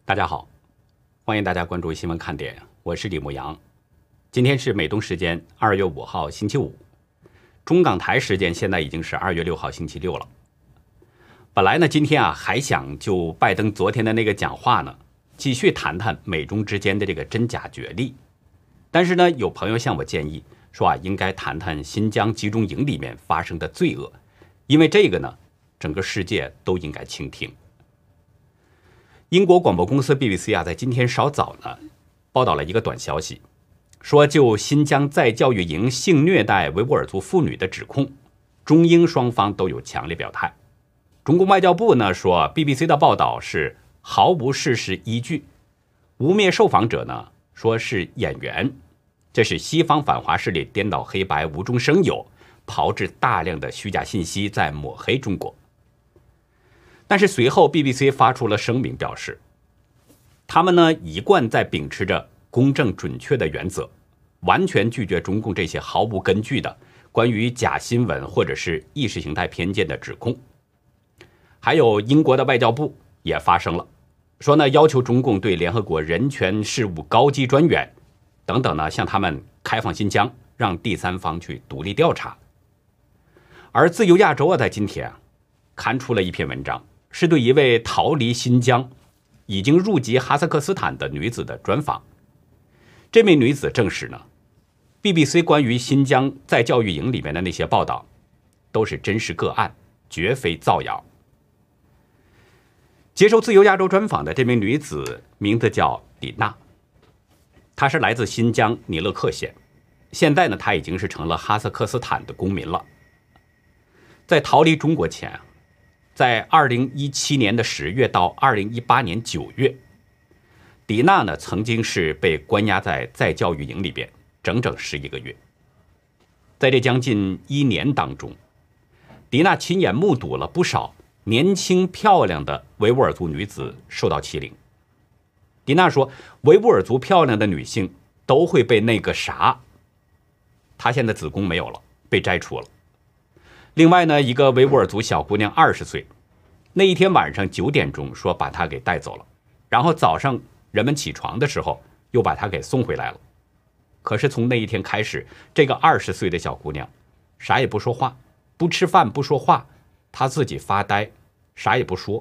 大家好，欢迎大家关注新闻看点，我是李牧阳。今天是美东时间2月5号星期五，中港台时间现在已经是2月6号星期六了。本来呢，今天还想就拜登昨天的那个讲话呢，继续谈谈美中之间的这个真假角力。但是呢，有朋友向我建议说应该谈谈新疆集中营里面发生的罪恶，因为这个呢，整个世界都应该倾听。英国广播公司 BBC 在今天稍早呢报道了一个短消息，说就新疆再教育营性虐待维吾尔族妇女的指控，中英双方都有强烈表态。中共外交部呢说 BBC 的报道是毫无事实依据，污蔑受访者呢说是演员，这是西方反华势力颠倒黑白、无中生有，炮制大量的虚假信息在抹黑中国。但是随后 BBC 发出了声明，表示他们呢一贯在秉持着公正准确的原则，完全拒绝中共这些毫无根据的关于假新闻或者是意识形态偏见的指控。还有英国的外交部也发声了，说呢要求中共对联合国人权事务高级专员等等呢向他们开放新疆，让第三方去独立调查。而自由亚洲在今天刊出了一篇文章，是对一位逃离新疆已经入籍哈萨克斯坦的女子的专访。这名女子证实呢 BBC 关于新疆在教育营里面的那些报道都是真实个案，绝非造谣。接受自由亚洲专访的这名女子名字叫李娜，她是来自新疆尼勒克县，现在呢她已经是成了哈萨克斯坦的公民了。在逃离中国前，在2017年的10月到2018年9月，迪娜呢曾经是被关押在再教育营里边整整11个月。在这将近1年当中，迪娜亲眼目睹了不少年轻漂亮的维吾尔族女子受到欺凌。迪娜说，维吾尔族漂亮的女性都会被那个啥，她现在子宫没有了，被摘除了。另外呢，一个维吾尔族小姑娘20岁，那一天晚上9点钟说把她给带走了，然后早上人们起床的时候又把她给送回来了。可是从那一天开始，这个20岁的小姑娘啥也不说话，不吃饭不说话，她自己发呆，啥也不说。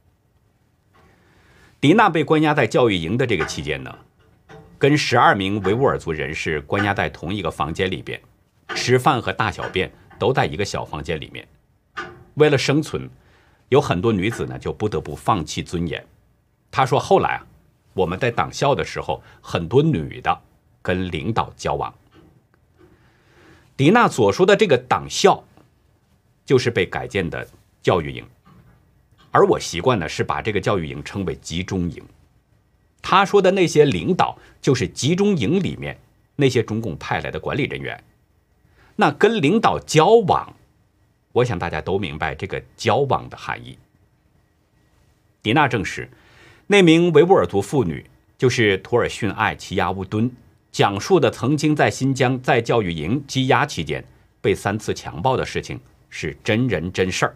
迪娜被关押在教育营的这个期间呢，跟12名维吾尔族人士关押在同一个房间里边，吃饭和大小便都在一个小房间里面。为了生存，有很多女子呢就不得不放弃尊严。她说后来我们在党校的时候，很多女的跟领导交往。迪娜所说的这个党校就是被改建的教育营，而我习惯呢是把这个教育营称为集中营。她说的那些领导就是集中营里面那些中共派来的管理人员。那跟领导交往，我想大家都明白这个交往的含义。迪娜证实，那名维吾尔族妇女就是图尔逊艾齐亚乌敦讲述的曾经在新疆在教育营羁押期间被3次强暴的事情是真人真事儿。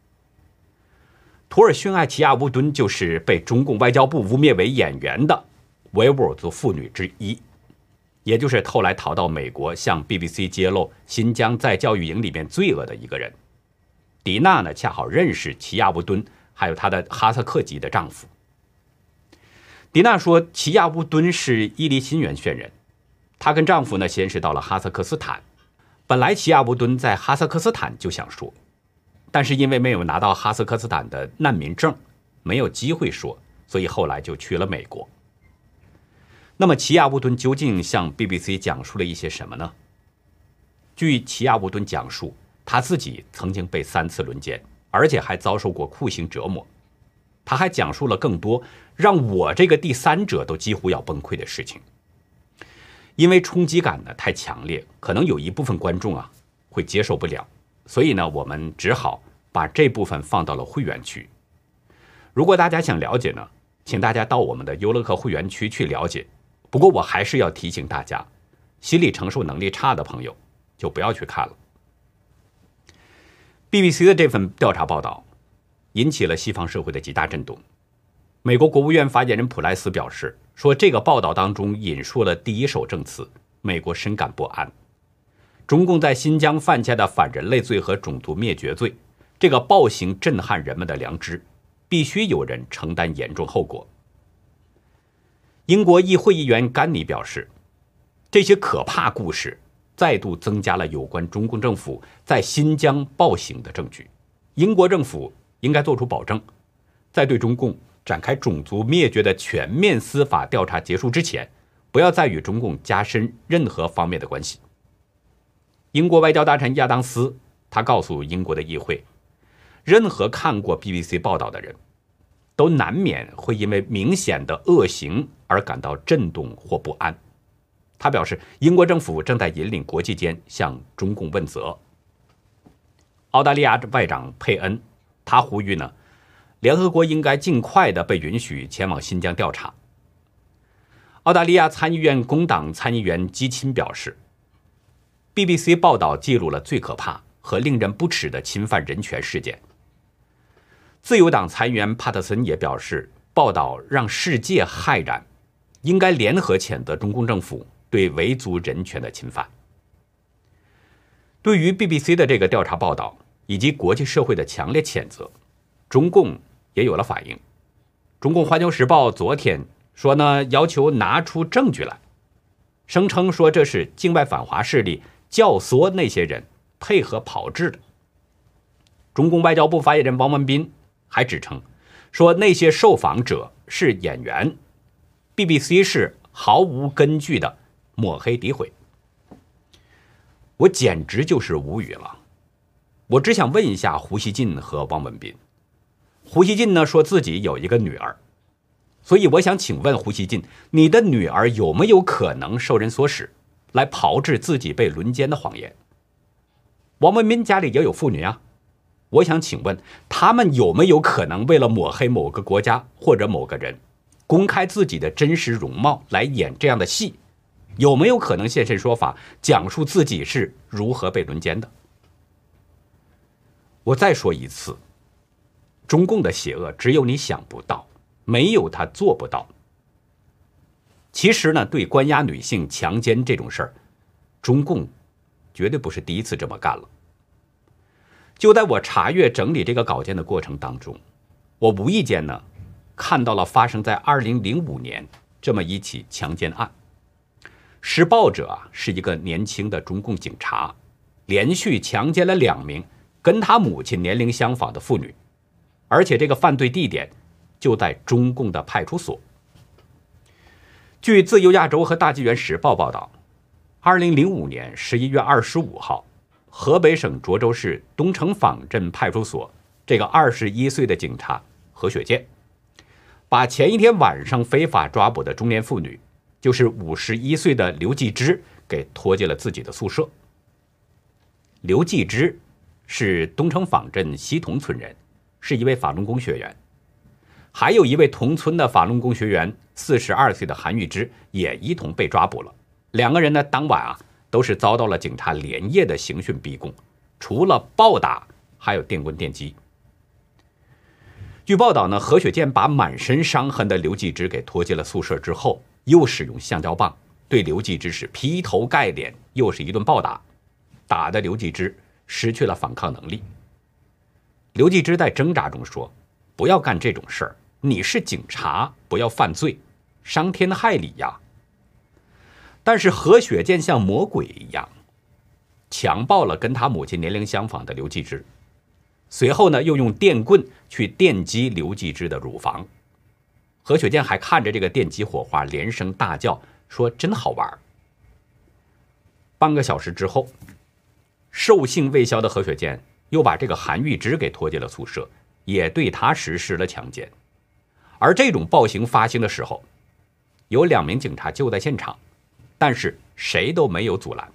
图尔逊艾齐亚乌敦就是被中共外交部污蔑为演员的维吾尔族妇女之一，也就是后来逃到美国向 BBC 揭露新疆在教育营里面罪恶的一个人。迪娜呢恰好认识齐亚乌敦还有她的哈萨克籍的丈夫。迪娜说，齐亚乌敦是伊犁新源县人，她跟丈夫呢先是到了哈萨克斯坦。本来齐亚乌敦在哈萨克斯坦就想说，但是因为没有拿到哈萨克斯坦的难民证，没有机会说，所以后来就去了美国。那么齐亚乌敦究竟向 BBC 讲述了一些什么呢？据齐亚乌敦讲述，他自己曾经被3次轮奸，而且还遭受过酷刑折磨。他还讲述了更多让我这个第三者都几乎要崩溃的事情。因为冲击感呢太强烈，可能有一部分观众会接受不了，所以呢我们只好把这部分放到了会员区。如果大家想了解呢，请大家到我们的优乐客会员区去了解。不过我还是要提醒大家，心理承受能力差的朋友就不要去看了。BBC 的这份调查报道引起了西方社会的极大震动。 美国国务院发言人普莱斯表示，说这个报道当中引述了第一手证词，美国深感不安。中共在新疆犯下的反人类罪和种族灭绝罪，这个暴行震撼人们的良知，必须有人承担严重后果。英国议会议员甘尼表示，这些可怕故事再度增加了有关中共政府在新疆暴行的证据。英国政府应该做出保证，在对中共展开种族灭绝的全面司法调查结束之前，不要再与中共加深任何方面的关系。英国外交大臣亚当斯他告诉英国的议会，任何看过 BBC 报道的人都难免会因为明显的恶行而感到震动或不安。他表示，英国政府正在引领国际间向中共问责。澳大利亚外长佩恩他呼吁呢，联合国应该尽快的被允许前往新疆调查。澳大利亚参议院工党参议员基钦表示， BBC 报道记录了最可怕和令人不齿的侵犯人权事件。自由党参议员帕特森也表示，报道让世界骇然，应该联合谴责中共政府对维族人权的侵犯。对于 BBC 的这个调查报道以及国际社会的强烈谴责，中共也有了反应。中共环球时报昨天说呢，要求拿出证据来，声称说这是境外反华势力教唆那些人配合炮制的。中共外交部发言人王文斌还指称说，那些受访者是演员， BBC 是毫无根据的抹黑诋毁。我简直就是无语了。我只想问一下胡锡进和王文斌。胡锡进呢说自己有一个女儿，所以我想请问胡锡进，你的女儿有没有可能受人所使来炮制自己被轮奸的谎言？王文斌家里也有妇女啊，我想请问他们有没有可能为了抹黑某个国家或者某个人，公开自己的真实容貌来演这样的戏？有没有可能现身说法，讲述自己是如何被轮奸的？我再说一次，中共的邪恶只有你想不到，没有他做不到。其实呢，对关押女性、强奸这种事儿，中共绝对不是第一次这么干了。就在我查阅整理这个稿件的过程当中，我无意间呢看到了发生在2005年这么一起强奸案。施暴者是一个年轻的中共警察，连续强奸了2名跟他母亲年龄相仿的妇女，而且这个犯罪地点就在中共的派出所。据自由亚洲和大纪元时报报道，2005年11月25号，河北省涿州市东城坊镇派出所这个21岁的警察何雪健，把前一天晚上非法抓捕的中年妇女，就是51岁的刘继芝，给拖进了自己的宿舍。刘继芝是东城坊镇西同村人，是一位法轮功学员。还有一位同村的法轮功学员42岁的韩玉芝也一同被抓捕了。2个人呢，当晚都是遭到了警察连夜的刑讯逼供，除了暴打，还有电棍电击。据报道呢，何雪健把满身伤痕的刘继芝给拖进了宿舍之后，又使用橡胶棒对刘继芝是劈头盖脸，又是一顿暴打，打的刘继芝失去了反抗能力。刘继芝在挣扎中说，不要干这种事儿，你是警察，不要犯罪，伤天害理呀。但是何雪健像魔鬼一样强暴了跟他母亲年龄相仿的刘继芝，随后呢又用电棍去电击刘继芝的乳房。何雪健还看着这个电击火花连声大叫，说真好玩。半个小时之后，兽性未消的何雪健又把这个韩玉芝给拖进了宿舍，也对他实施了强奸。而这种暴行发生的时候，有2名警察就在现场，但是谁都没有阻拦。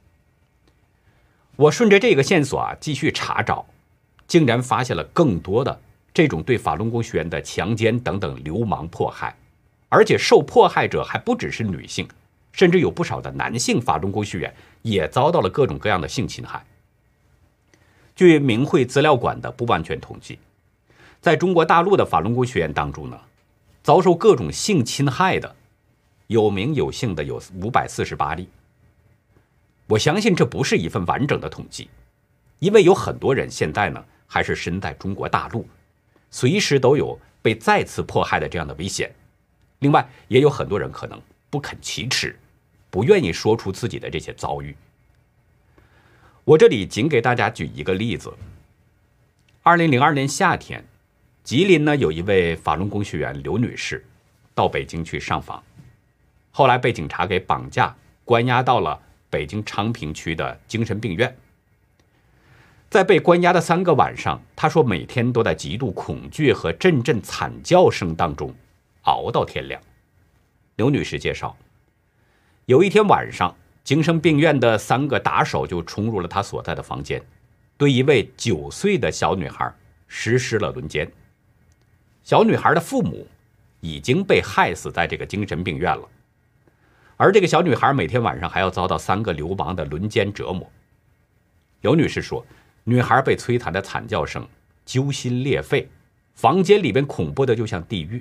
我顺着这个线索继续查找，竟然发现了更多的这种对法轮功学员的强奸等等流氓迫害，而且受迫害者还不只是女性，甚至有不少的男性法轮功学员也遭到了各种各样的性侵害。据明慧资料馆的不完全统计，在中国大陆的法轮功学员当中呢， 遭受各种性侵害的，有名有姓的有548例。我相信这不是一份完整的统计，因为有很多人现在呢还是身在中国大陆，随时都有被再次迫害的这样的危险。另外，也有很多人可能不肯启齿，不愿意说出自己的这些遭遇。我这里仅给大家举一个例子。2002年夏天，吉林呢有一位法轮功学员刘女士到北京去上访，后来被警察给绑架关押到了北京昌平区的精神病院。在被关押的3个晚上，她说每天都在极度恐惧和阵阵惨叫声当中熬到天亮。刘女士介绍，有一天晚上，精神病院的3个打手就冲入了她所在的房间，对一位9岁的小女孩实施了轮奸。小女孩的父母已经被害死在这个精神病院了，而这个小女孩每天晚上还要遭到3个流氓的轮奸折磨。刘女士说，女孩被摧残的惨叫声揪心裂肺，房间里边恐怖的就像地狱。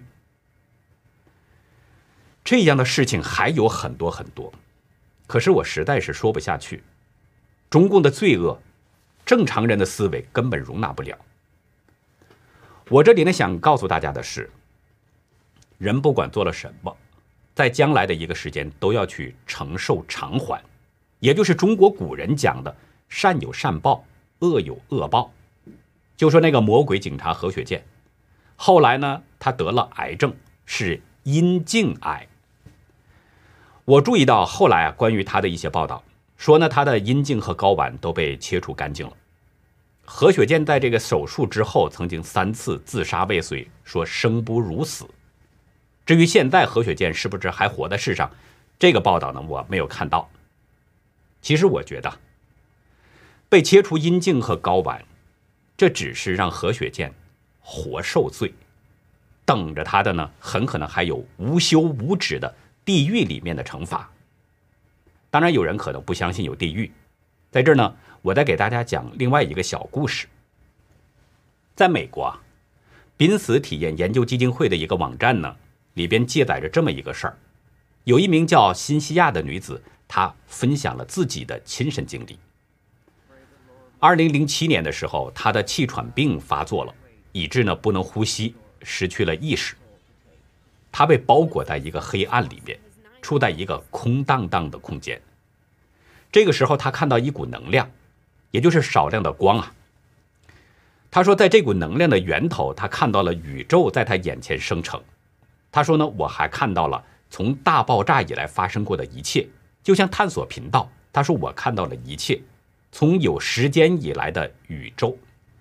这样的事情还有很多很多，可是我实在是说不下去。中共的罪恶，正常人的思维根本容纳不了。我这里呢想告诉大家的是，人不管做了什么，在将来的一个时间都要去承受偿还，也就是中国古人讲的善有善报，恶有恶报。就说那个魔鬼警察何雪健，后来呢他得了癌症，是阴茎癌。我注意到后来关于他的一些报道，说呢他的阴茎和睾丸都被切除干净了。何雪健在这个手术之后曾经3次自杀未遂，说生不如死。至于现在何雪健是不是还活在世上，这个报道呢我没有看到。其实我觉得被切除阴茎和睾丸，这只是让何雪健活受罪，等着他的呢很可能还有无休无止的地狱里面的惩罚。当然有人可能不相信有地狱，在这儿呢我再给大家讲另外一个小故事。在美国濒死体验研究基金会的一个网站呢，里边记载着这么一个事儿。有一名叫辛西亚的女子，她分享了自己的亲身经历。2007年的时候，她的气喘病发作了，以致呢不能呼吸，失去了意识。她被包裹在一个黑暗里边，处在一个空荡荡的空间。这个时候她看到一股能量，也就是少量的光啊。他说在这股能量的源头，他看到了宇宙在他眼前生成。他说呢，我还看到了从大爆炸以来发生过的一切，就像探索频道。他说我看到了一切，从有时间以来的宇宙。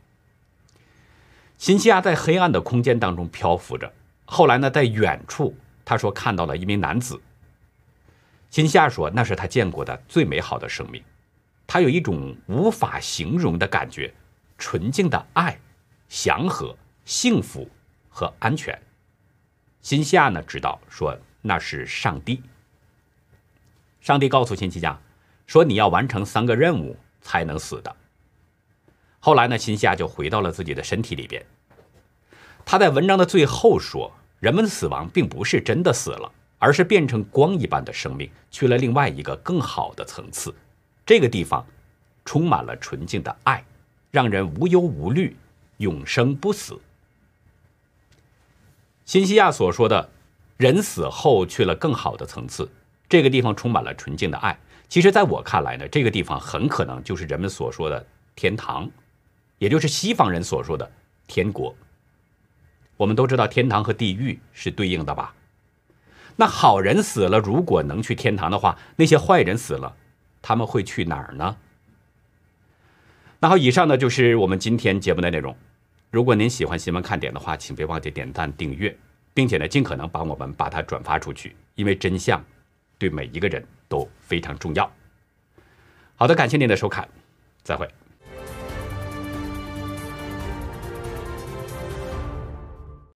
辛西亚在黑暗的空间当中漂浮着，后来呢，在远处，他说看到了一名男子。辛西亚说那是他见过的最美好的生命，他有一种无法形容的感觉，纯净的爱、祥和、幸福和安全。辛西亚呢知道说那是上帝。上帝告诉辛西亚说你要完成3个任务才能死的。后来呢，辛西亚就回到了自己的身体里边。他在文章的最后说，人们的死亡并不是真的死了，而是变成光一般的生命，去了另外一个更好的层次。这个地方充满了纯净的爱，让人无忧无虑，永生不死。辛西亚所说的人死后去了更好的层次，这个地方充满了纯净的爱。其实在我看来呢，这个地方很可能就是人们所说的天堂，也就是西方人所说的天国。我们都知道天堂和地狱是对应的吧？那好人死了，如果能去天堂的话，那些坏人死了，他们会去哪儿呢？那好，以上呢就是我们今天节目的内容。如果您喜欢新闻看点的话，请别忘记点赞订阅，并且呢尽可能帮我们把它转发出去，因为真相对每一个人都非常重要。好的，感谢您的收看，再会。